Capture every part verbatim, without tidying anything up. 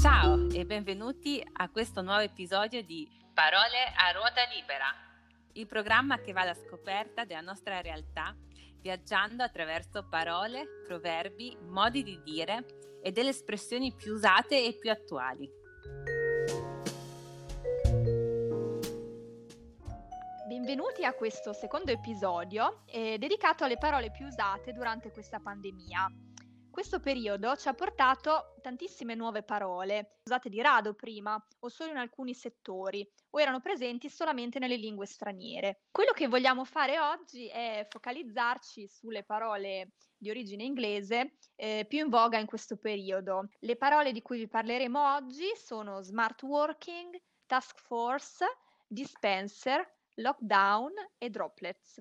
Ciao e benvenuti a questo nuovo episodio di Parole a ruota libera, il programma che va alla scoperta della nostra realtà, viaggiando attraverso parole, proverbi, modi di dire e delle espressioni più usate e più attuali. Benvenuti a questo secondo episodio eh, dedicato alle parole più usate durante questa pandemia. Questo periodo ci ha portato tantissime nuove parole, usate di rado prima o solo in alcuni settori, o erano presenti solamente nelle lingue straniere. Quello che vogliamo fare oggi è focalizzarci sulle parole di origine inglese eh, più in voga in questo periodo. Le parole di cui vi parleremo oggi sono smart working, task force, dispenser, lockdown e droplets.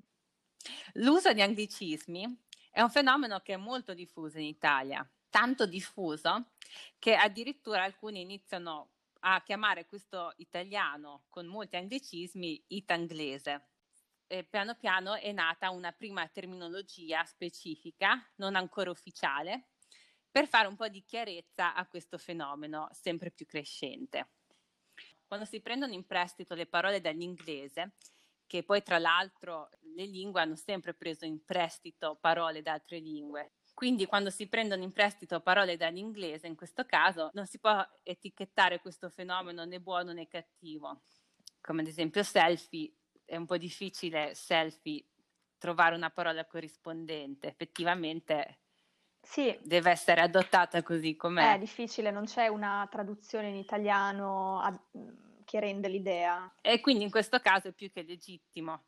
L'uso di anglicismi è un fenomeno che è molto diffuso in Italia, tanto diffuso che addirittura alcuni iniziano a chiamare questo italiano con molti anglicismi itanglese. E piano piano è nata una prima terminologia specifica, non ancora ufficiale, per fare un po' di chiarezza a questo fenomeno sempre più crescente. Quando si prendono in prestito le parole dall'inglese, che poi tra l'altro le lingue hanno sempre preso in prestito parole da altre lingue. Quindi quando si prendono in prestito parole dall'inglese, in questo caso, non si può etichettare questo fenomeno né buono né cattivo. Come ad esempio selfie, è un po' difficile selfie trovare una parola corrispondente, effettivamente Sì, deve essere adottata così com'è. è difficile, non c'è una traduzione in italiano a- che rende l'idea. E quindi in questo caso è più che legittimo.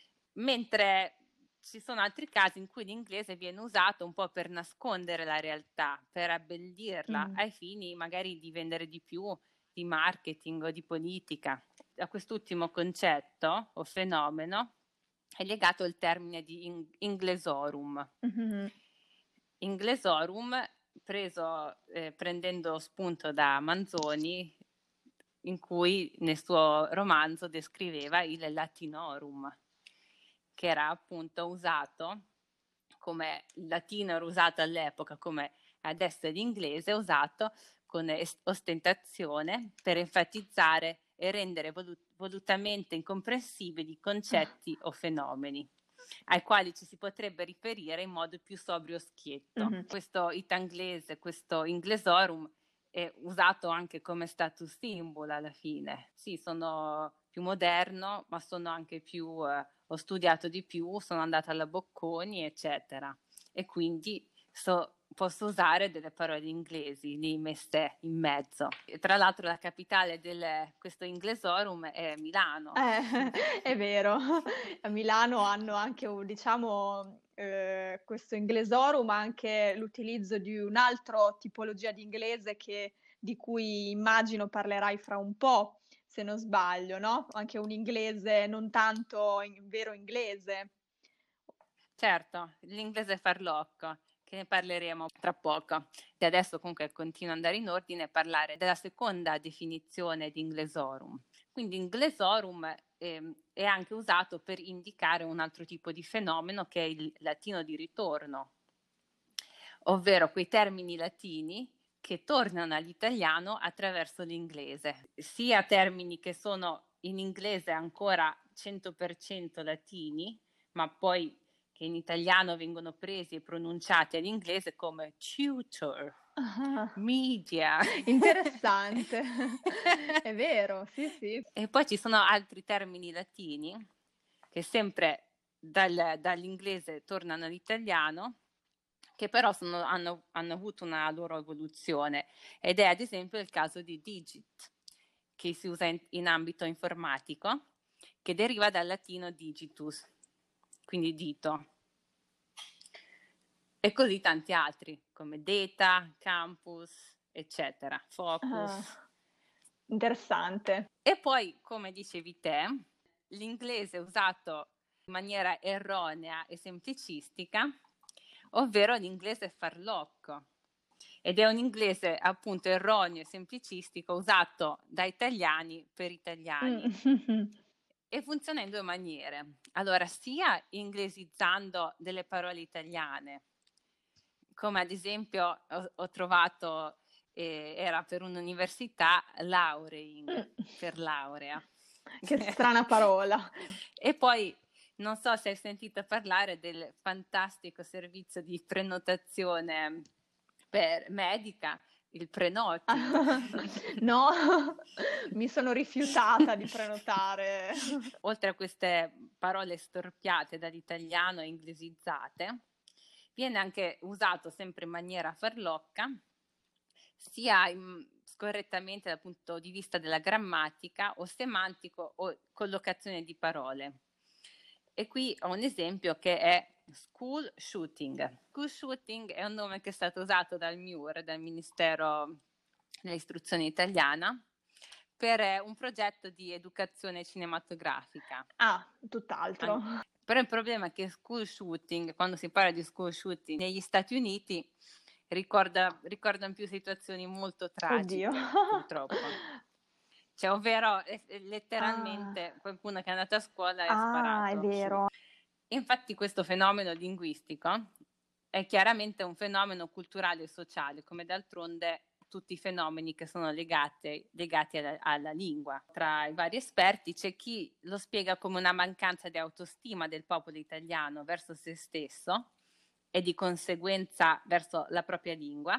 Mentre ci sono altri casi in cui l'inglese viene usato un po' per nascondere la realtà, per abbellirla, Mm. ai fini magari di vendere di più, di marketing o di politica. A quest'ultimo concetto o fenomeno è legato il termine di in- inglesorum. Mhm. Inglesorum, preso, eh, prendendo spunto da Manzoni, in cui nel suo romanzo descriveva il latinorum, che era appunto usato come il latino era usato all'epoca, come adesso è l'inglese, usato con est- ostentazione per enfatizzare e rendere volu- volutamente incomprensibili concetti o fenomeni ai quali ci si potrebbe riferire in modo più sobrio o schietto. Mhm. Questo itanglese, questo inglesorum è usato anche come status symbol alla fine. Sì, sono più moderno, ma sono anche più, eh, ho studiato di più, sono andata alla Bocconi, eccetera. E quindi so, posso usare delle parole inglesi lì messe in mezzo. E tra l'altro la capitale di questo inglesorum è Milano. Eh, è vero, a Milano hanno anche un, diciamo, eh, questo inglesorum, ma anche l'utilizzo di un'altra tipologia di inglese che, di cui immagino parlerai fra un po', se non sbaglio, no? Anche un inglese non tanto in vero inglese. Certo, l'inglese farlocco, che ne parleremo tra poco. E adesso comunque continuo ad andare in ordine e parlare della seconda definizione di inglesorum. Quindi inglesorum ehm, è anche usato per indicare un altro tipo di fenomeno che è il latino di ritorno, ovvero quei termini latini che tornano all'italiano attraverso l'inglese, sia termini che sono in inglese ancora cento per cento latini, ma poi che in italiano vengono presi e pronunciati all'inglese come tutor, Ah, media. interessante, è vero, sì, sì. E poi ci sono altri termini latini che sempre dal, dall'inglese tornano all'italiano, che però sono, hanno, hanno avuto una loro evoluzione, ed è ad esempio il caso di digit, che si usa in, in ambito informatico, che deriva dal latino digitus, quindi dito. E così tanti altri, come data, campus, eccetera, focus. Ah, interessante. E poi, come dicevi te, l'inglese usato in maniera erronea e semplicistica, ovvero l'inglese farlocco. Ed è un inglese appunto erroneo e semplicistico usato da italiani per italiani. Mm. E funziona in due maniere. Allora, sia inglesizzando delle parole italiane, come ad esempio ho, ho trovato e era per un'università laureing, per laurea. Che strana parola. E poi non so se hai sentito parlare del fantastico servizio di prenotazione per medica, il Prenoting. No, mi sono rifiutata di prenotare. Oltre a queste parole storpiate dall'italiano e inglesizzate, viene anche usato sempre in maniera farlocca, sia in, scorrettamente dal punto di vista della grammatica o semantico o collocazione di parole. E qui ho un esempio che è school shooting. School shooting è un nome che è stato usato dal M I U R, dal Ministero dell'Istruzione Italiana, per un progetto di educazione cinematografica. Ah, tutt'altro. Però il problema è che school shooting, quando si parla di school shooting negli Stati Uniti, ricorda, ricordano più situazioni molto tragiche, Oddio. purtroppo. Cioè, ovvero eh, letteralmente Ah. qualcuno che è andato a scuola e ha Ah, sparato. è vero. Infatti questo fenomeno linguistico è chiaramente un fenomeno culturale e sociale, come d'altronde tutti i fenomeni che sono legati, legati alla, alla lingua. Tra i vari esperti c'è chi lo spiega come una mancanza di autostima del popolo italiano verso se stesso e di conseguenza verso la propria lingua.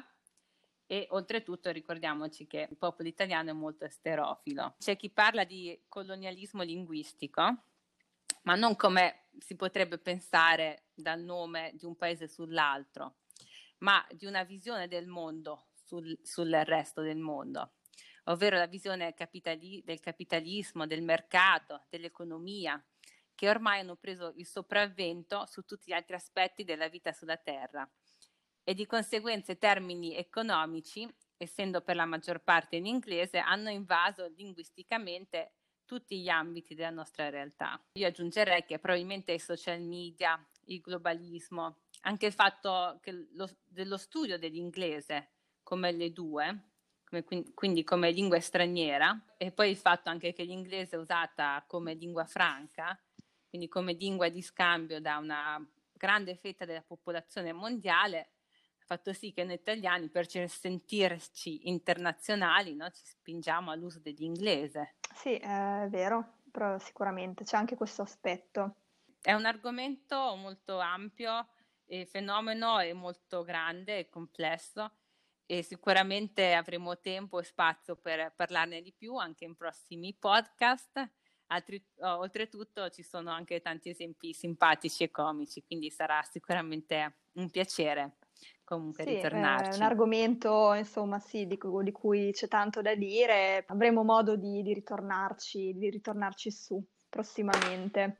E oltretutto ricordiamoci che il popolo italiano è molto esterofilo. C'è chi parla di colonialismo linguistico, ma non come si potrebbe pensare dal nome di un paese sull'altro, ma di una visione del mondo sul, sul resto del mondo, ovvero la visione capitali- del capitalismo, del mercato, dell'economia, che ormai hanno preso il sopravvento su tutti gli altri aspetti della vita sulla Terra. E di conseguenza i termini economici, essendo per la maggior parte in inglese, hanno invaso linguisticamente tutti gli ambiti della nostra realtà. Io aggiungerei che probabilmente i social media, il globalismo, anche il fatto che lo, dello studio dell'inglese come le due, come, quindi come lingua straniera, e poi il fatto anche che l'inglese è usata come lingua franca, quindi come lingua di scambio da una grande fetta della popolazione mondiale, ha fatto sì che noi italiani, per sentirci internazionali, no, ci spingiamo all'uso dell'inglese. Sì, è vero, però sicuramente c'è anche questo aspetto. È un argomento molto ampio, il fenomeno è molto grande e complesso e sicuramente avremo tempo e spazio per parlarne di più anche in prossimi podcast. Altri, oh, oltretutto ci sono anche tanti esempi simpatici e comici, quindi sarà sicuramente un piacere comunque sì, ritornarci. È un argomento, insomma, sì, di cui, di cui c'è tanto da dire. Avremo modo di, di ritornarci, di ritornarci su prossimamente.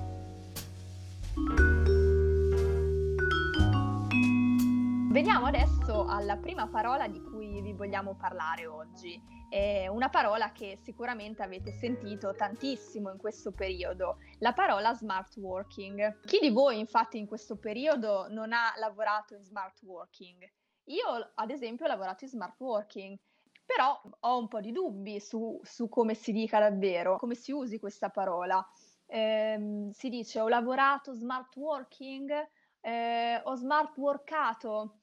Veniamo adesso alla prima parola di cui vi vogliamo parlare oggi. È una parola che sicuramente avete sentito tantissimo in questo periodo, la parola smart working. Chi di voi infatti in questo periodo non ha lavorato in smart working? Io ad esempio ho lavorato in smart working, però ho un po' di dubbi su, su come si dica davvero, come si usi questa parola. Eh, si dice ho lavorato smart working, eh, ho smart workato.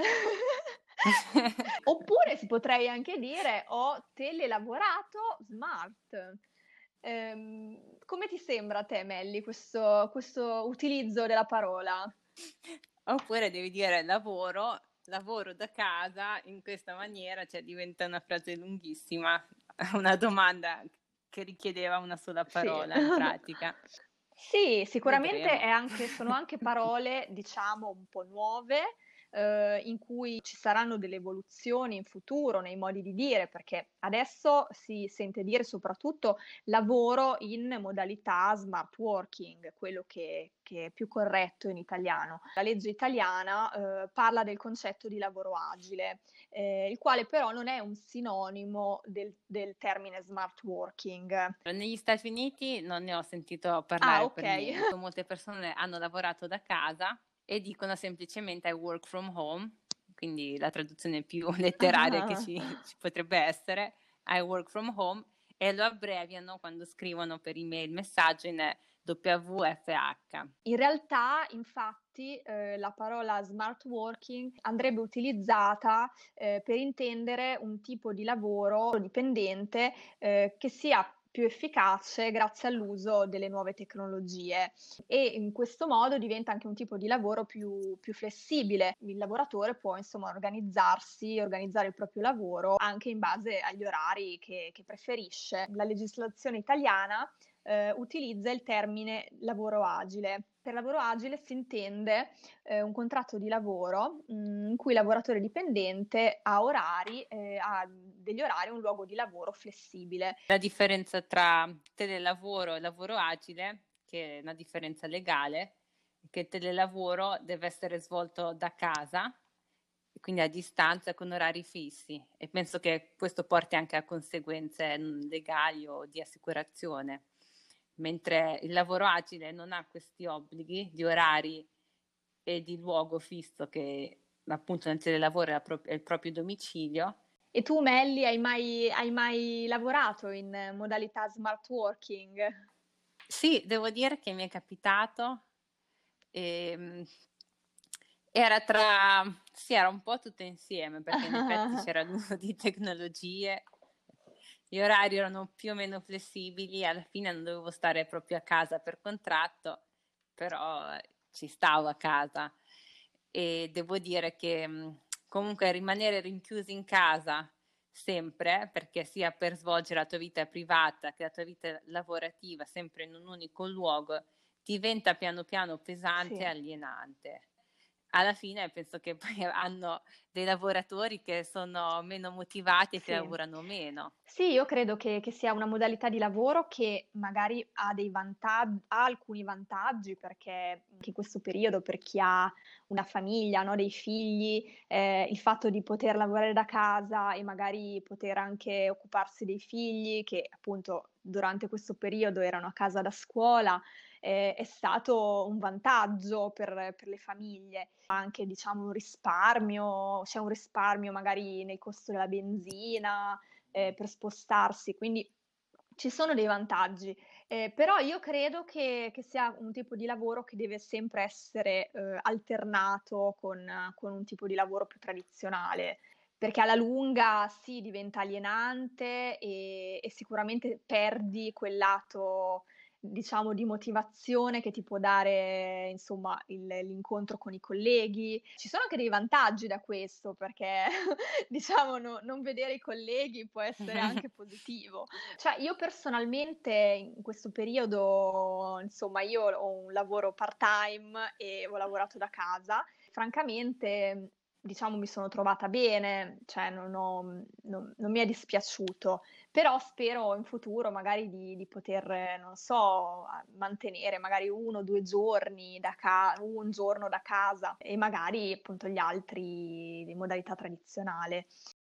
Oppure si potrei anche dire ho telelavorato smart. Ehm, come ti sembra a te, Melli, questo, questo utilizzo della parola? Oppure devi dire lavoro, lavoro da casa in questa maniera, cioè diventa una frase lunghissima, una domanda che richiedeva una sola parola sì. In pratica. Sì, sicuramente è anche, sono anche parole, diciamo, un po' nuove, eh, in cui ci saranno delle evoluzioni in futuro nei modi di dire, perché adesso si sente dire soprattutto lavoro in modalità smart working, quello che, che è più corretto in italiano. La legge italiana eh, parla del concetto di lavoro agile, eh, il quale però non è un sinonimo del, del termine smart working. Negli Stati Uniti non ne ho sentito parlare ah, okay. per niente. Molte persone hanno lavorato da casa e dicono semplicemente I work from home, quindi la traduzione più letteraria ah. che ci, ci potrebbe essere, I work from home, e lo abbreviano quando scrivono per email messaggio in W F H. In realtà, infatti, infatti eh, la parola smart working andrebbe utilizzata eh, per intendere un tipo di lavoro dipendente eh, che sia più efficace grazie all'uso delle nuove tecnologie e in questo modo diventa anche un tipo di lavoro più, più flessibile. Il lavoratore può insomma organizzarsi, organizzare il proprio lavoro anche in base agli orari che, che preferisce. La legislazione italiana eh, utilizza il termine lavoro agile. Per lavoro agile si intende eh, un contratto di lavoro mh, in cui il lavoratore dipendente ha orari, eh, ha degli orari, un luogo di lavoro flessibile. La differenza tra telelavoro e lavoro agile, che è una differenza legale, è che il telelavoro deve essere svolto da casa, quindi a distanza con orari fissi, e penso che questo porti anche a conseguenze legali o di assicurazione, mentre il lavoro agile non ha questi obblighi di orari e di luogo fisso che appunto nel telelavoro è, la pro- è il proprio domicilio. E tu, Melli, hai mai, hai mai lavorato in modalità smart working? Sì, devo dire che mi è capitato. E, era tra, sì, era un po' tutto insieme, perché in effetti c'era l'uso di tecnologie, gli orari erano più o meno flessibili, alla fine non dovevo stare proprio a casa per contratto, però ci stavo a casa e devo dire che mh, comunque rimanere rinchiusi in casa sempre, perché sia per svolgere la tua vita privata che la tua vita lavorativa sempre in un unico luogo, diventa piano piano pesante Sì. e alienante. Alla fine penso che poi hanno dei lavoratori che sono meno motivati e che Sì. lavorano meno. Sì, io credo che, che sia una modalità di lavoro che magari ha dei vantaggi, ha alcuni vantaggi, perché anche in questo periodo, per chi ha una famiglia, no, dei figli, eh, il fatto di poter lavorare da casa e magari poter anche occuparsi dei figli, che appunto durante questo periodo erano a casa da scuola, eh, è stato un vantaggio per, per le famiglie. Anche diciamo un risparmio, c'è un risparmio magari nel costo della benzina eh, per spostarsi, quindi ci sono dei vantaggi, eh, però io credo che, che sia un tipo di lavoro che deve sempre essere eh, alternato con, con un tipo di lavoro più tradizionale, perché alla lunga sì, diventa alienante e, e sicuramente perdi quel lato, diciamo, di motivazione che ti può dare, insomma, il- l'incontro con i colleghi. Ci sono anche dei vantaggi da questo, perché diciamo no- non vedere i colleghi può essere anche positivo. Cioè, io personalmente in questo periodo, insomma, io ho un lavoro part-time e ho lavorato da casa. Francamente, diciamo, mi sono trovata bene, cioè non ho- non- non mi è dispiaciuto, però spero in futuro magari di, di poter, eh, non so, a- mantenere magari uno o due giorni da casa, un giorno da casa e magari appunto gli altri di modalità tradizionale.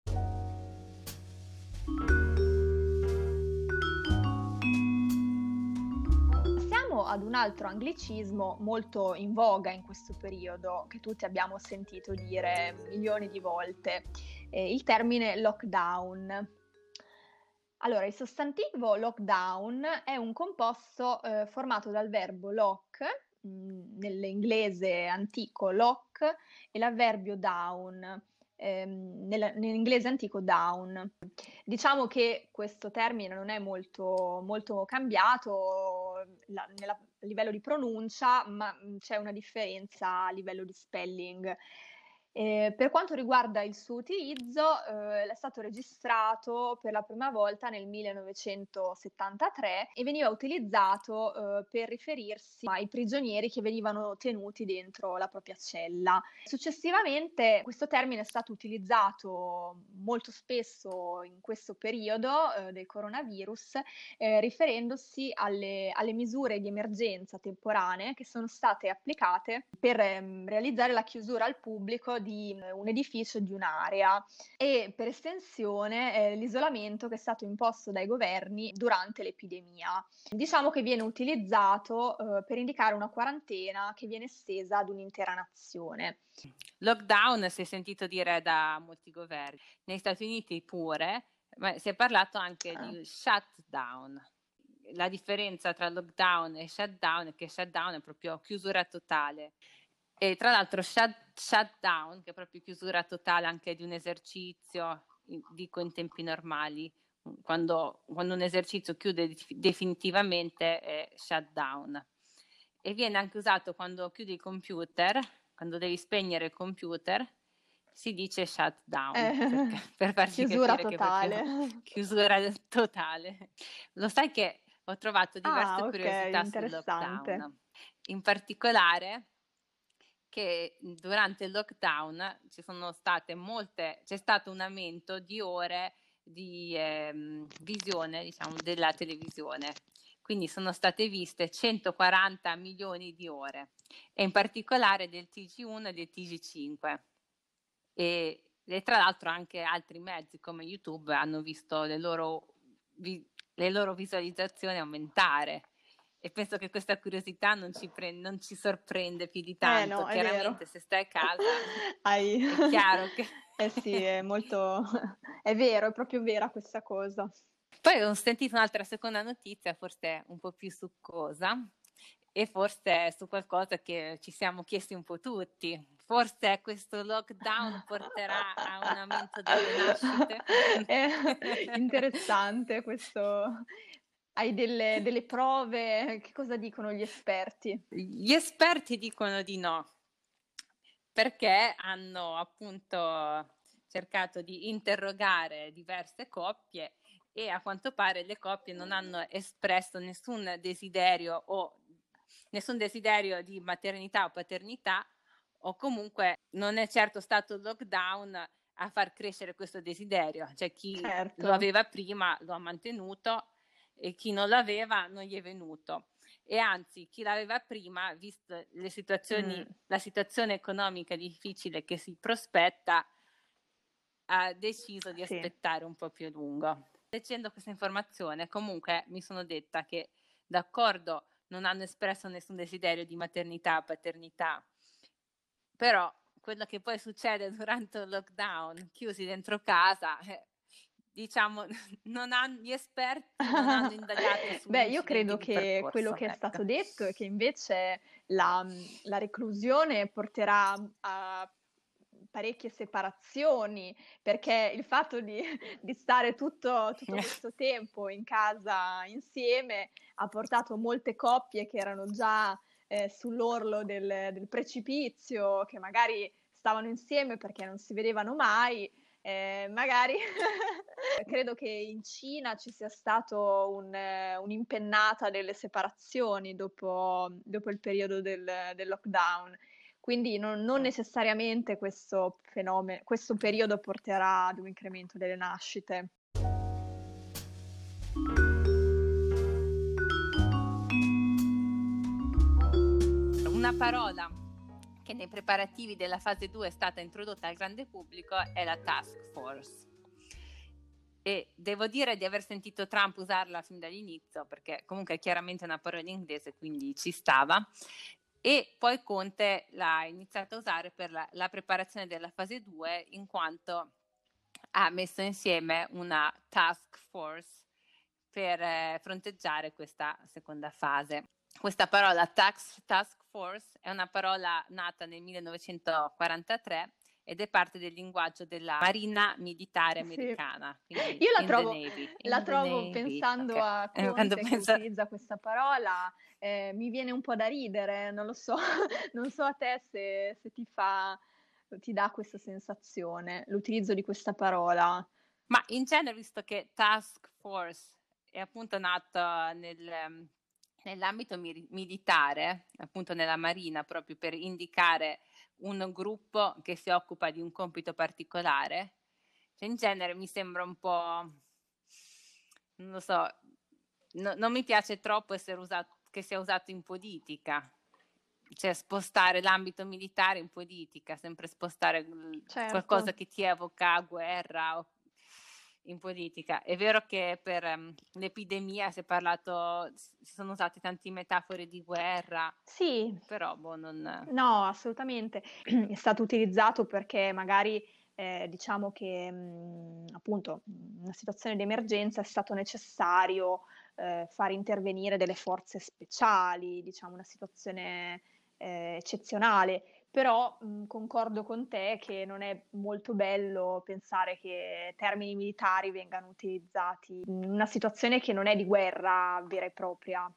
Passiamo ad un altro anglicismo molto in voga in questo periodo, che tutti abbiamo sentito dire milioni di volte, eh, il termine lockdown. Allora, il sostantivo lockdown è un composto eh, formato dal verbo lock, mh, nell'inglese antico lock, e l'avverbio down, ehm, nella- nell'inglese antico down. Diciamo che questo termine non è molto, molto cambiato la- nella- a livello di pronuncia, ma mh, c'è una differenza a livello di spelling. Eh, per quanto riguarda il suo utilizzo, eh, è stato registrato per la prima volta nel millenovecentosettantatré e veniva utilizzato, eh, per riferirsi ai prigionieri che venivano tenuti dentro la propria cella. Successivamente questo termine è stato utilizzato molto spesso in questo periodo, eh, del coronavirus, eh, riferendosi alle, alle misure di emergenza temporanee che sono state applicate per ehm, realizzare la chiusura al pubblico di eh, un edificio, di un'area e per estensione eh, l'isolamento che è stato imposto dai governi durante l'epidemia. Diciamo che viene utilizzato eh, per indicare una quarantena che viene estesa ad un'intera nazione. Lockdown si è sentito dire da molti governi, negli Stati Uniti pure, ma si è parlato anche Ah. di shutdown. La differenza tra lockdown e shutdown è che shutdown è proprio chiusura totale. E tra l'altro shut, shutdown, che è proprio chiusura totale anche di un esercizio, in- dico in tempi normali, quando, quando un esercizio chiude definitivamente è shutdown. E viene anche usato quando chiudi il computer, quando devi spegnere il computer, si dice shutdown, Eh, perché, per farci chiusura capire che è totale. proprio chiusura totale. Lo sai che ho trovato diverse Ah, ok, curiosità sul interessante. lockdown, in particolare che durante il lockdown ci sono state molte, c'è stato un aumento di ore di ehm, visione, diciamo, della televisione. Quindi sono state viste centoquaranta milioni di ore e in particolare del T G uno e del T G cinque. E, e tra l'altro anche altri mezzi come YouTube hanno visto le loro, vi, le loro visualizzazioni aumentare. E penso che questa curiosità non ci, pre- non ci sorprende più di Eh tanto. no, è vero. Chiaramente se stai a casa Hai... è chiaro che... Eh sì, è molto... è vero, è proprio vera questa cosa. Poi ho sentito un'altra seconda notizia, forse un po' più succosa, e forse su qualcosa che ci siamo chiesti un po' tutti. Forse questo lockdown porterà a un aumento delle nascite? È interessante questo. Hai delle, delle prove? Che cosa dicono gli esperti? Gli esperti dicono di no, perché hanno appunto cercato di interrogare diverse coppie e a quanto pare le coppie non hanno espresso nessun desiderio o nessun desiderio di maternità o paternità, o comunque non è certo stato il lockdown a far crescere questo desiderio, cioè chi Certo. lo aveva prima lo ha mantenuto e chi non l'aveva non gli è venuto. E anzi, chi l'aveva prima, visto le situazioni, Mm. la situazione economica difficile che si prospetta, ha deciso di Sì. aspettare un po' più a lungo. Leggendo questa informazione, comunque mi sono detta che d'accordo non hanno espresso nessun desiderio di maternità, paternità, però quello che poi succede durante il lockdown, chiusi dentro casa, eh, diciamo, non hanno, gli esperti non hanno indagato su un Beh, io incidente credo di che quello percorso. che è Ecco. stato detto è che invece la, la reclusione porterà a parecchie separazioni, perché il fatto di, di stare tutto, tutto questo tempo in casa insieme ha portato molte coppie che erano già eh, sull'orlo del, del precipizio, che magari stavano insieme perché non si vedevano mai. Eh, magari credo che in Cina ci sia stato un, eh, un'impennata delle separazioni dopo, dopo il periodo del, del lockdown. Quindi non, non necessariamente questo fenomeno, questo periodo porterà ad un incremento delle nascite. Una parola che nei preparativi della fase due è stata introdotta al grande pubblico è la task force. E devo dire di aver sentito Trump usarla fin dall'inizio, perché comunque è chiaramente una parola in inglese, quindi ci stava. E poi Conte l'ha iniziato a usare per la, la preparazione della fase due, in quanto ha messo insieme una task force per eh, fronteggiare questa seconda fase. Questa parola task, task force è una parola nata nel millenovecentoquarantatré ed è parte del linguaggio della Marina Militare Americana. Sì. Quindi Io la in trovo, the Navy. la In the trovo Navy. pensando Okay. a Eh, quando Conte che penso... utilizza questa parola, eh, mi viene un po' da ridere, non lo so, non so a te se, se ti fa, ti dà questa sensazione, l'utilizzo di questa parola. Ma in genere, visto che task force è appunto nata nel, nell'ambito mi- militare, appunto nella Marina, proprio per indicare un gruppo che si occupa di un compito particolare, cioè in genere mi sembra un po', non lo so, no- non mi piace troppo essere usato, che sia usato in politica. Cioè spostare l'ambito militare in politica, sempre spostare Certo. qualcosa che ti evoca guerra o in politica. È vero che per um, l'epidemia si è parlato, si sono usate tante metafore di guerra. Sì. Però boh, non... No, assolutamente. È stato utilizzato perché magari eh, diciamo che mh, appunto in una situazione di emergenza è stato necessario eh, far intervenire delle forze speciali, diciamo una situazione eh, eccezionale. però mh, concordo con te che non è molto bello pensare che termini militari vengano utilizzati in una situazione che non è di guerra vera e propria.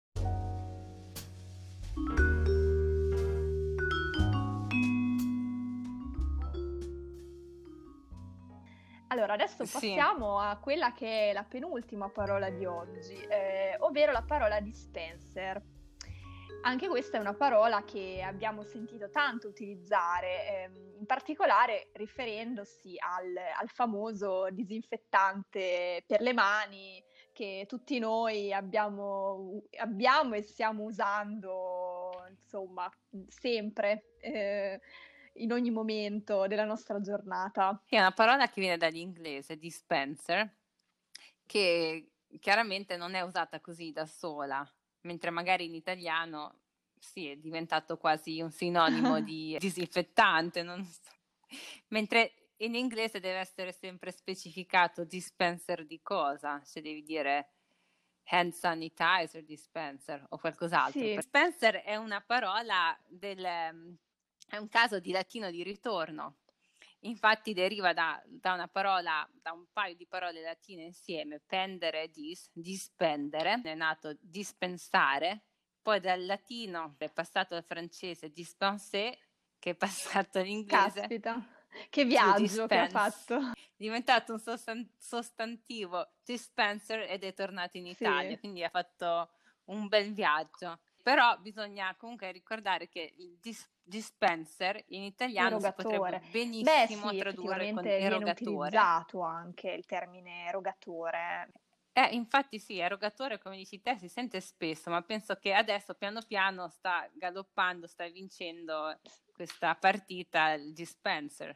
Allora, adesso Sì. passiamo a quella che è la penultima parola di oggi, eh, ovvero la parola dispenser. Anche questa è una parola che abbiamo sentito tanto utilizzare, ehm, in particolare riferendosi al, al famoso disinfettante per le mani che tutti noi abbiamo, abbiamo e stiamo usando, insomma, sempre, eh, in ogni momento della nostra giornata. È una parola che viene dall'inglese, dispenser, che chiaramente non è usata così da sola, mentre magari in italiano sì, è diventato quasi un sinonimo di disinfettante, non so. Mentre in inglese deve essere sempre specificato dispenser di cosa, se devi dire hand sanitizer dispenser o qualcos'altro. Sì. Dispenser è una parola del, è un caso di latino di ritorno. Infatti deriva da, da una parola, da un paio di parole latine insieme, pendere e dis, dispendere, è nato dispensare, poi dal latino è passato al francese dispenser, che è passato all'inglese. Caspita, che viaggio che ha fatto. È diventato un sostan- sostantivo dispenser ed è tornato in Italia, Sì. quindi ha fatto un bel viaggio. Però bisogna comunque ricordare che il dis- dispenser in italiano Erogatore. si potrebbe benissimo Beh, sì, tradurre con effettivamente viene erogatore. utilizzato anche il termine erogatore. Eh, infatti sì, erogatore, come dici te, si sente spesso, ma penso che adesso piano piano sta galoppando, sta vincendo questa partita il dispenser.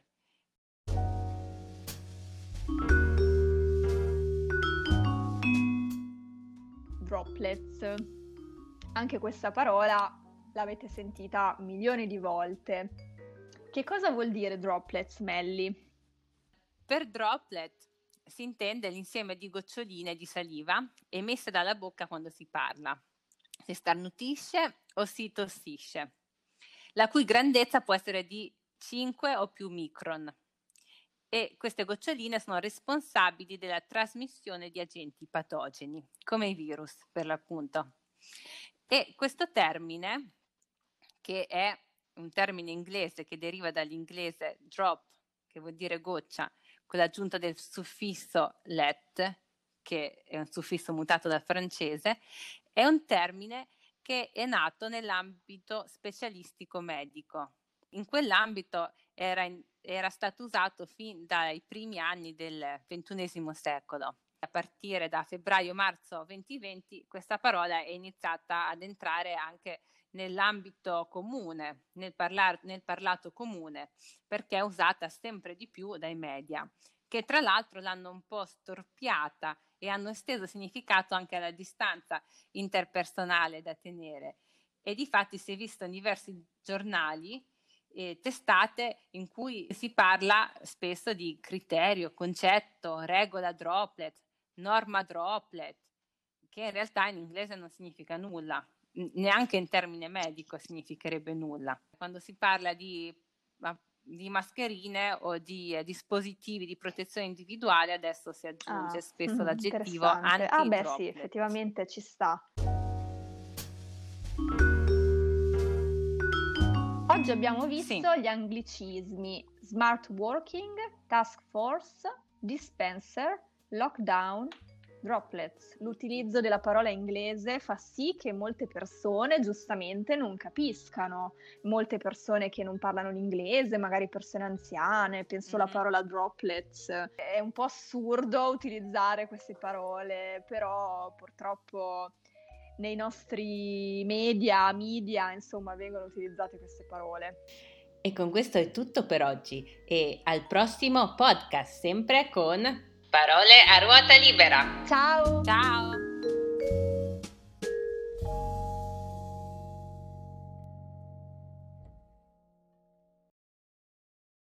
Droplets. Anche questa parola l'avete sentita milioni di volte. Che cosa vuol dire droplets, Melli? Per droplet si intende l'insieme di goccioline di saliva emesse dalla bocca quando si parla, si starnutisce o si tossisce, la cui grandezza può essere di cinque o più micron. E queste goccioline sono responsabili della trasmissione di agenti patogeni, come i virus per l'appunto. E questo termine, che è un termine inglese che deriva dall'inglese drop, che vuol dire goccia, con l'aggiunta del suffisso let, che è un suffisso mutato dal francese, è un termine che è nato nell'ambito specialistico medico. In quell'ambito era, in, era stato usato fin dai primi anni del ventunesimo secolo. A partire da febbraio-marzo duemilaventi questa parola è iniziata ad entrare anche nell'ambito comune, nel, parlar, nel parlato comune, perché è usata sempre di più dai media, che tra l'altro l'hanno un po' storpiata e hanno esteso significato anche alla distanza interpersonale da tenere. E difatti si è visto in diversi giornali e testate in cui si parla spesso di criterio, concetto, regola droplet, norma droplet, che in realtà in inglese non significa nulla, neanche in termine medico significherebbe nulla. Quando si parla di, di mascherine o di eh, dispositivi di protezione individuale adesso si aggiunge ah, spesso mm, l'aggettivo anti-droplet. Ah beh sì, effettivamente ci sta. Oggi abbiamo visto sì. gli anglicismi smart working, task force, dispenser, lockdown, droplets. L'utilizzo della parola inglese fa sì che molte persone giustamente non capiscano. Molte persone che non parlano l'inglese, magari persone anziane, penso alla mm-hmm. parola droplets. È un po' assurdo utilizzare queste parole, però purtroppo nei nostri media, media, insomma, vengono utilizzate queste parole. E con questo è tutto per oggi e al prossimo podcast, sempre con Parole a ruota libera. Ciao! Ciao!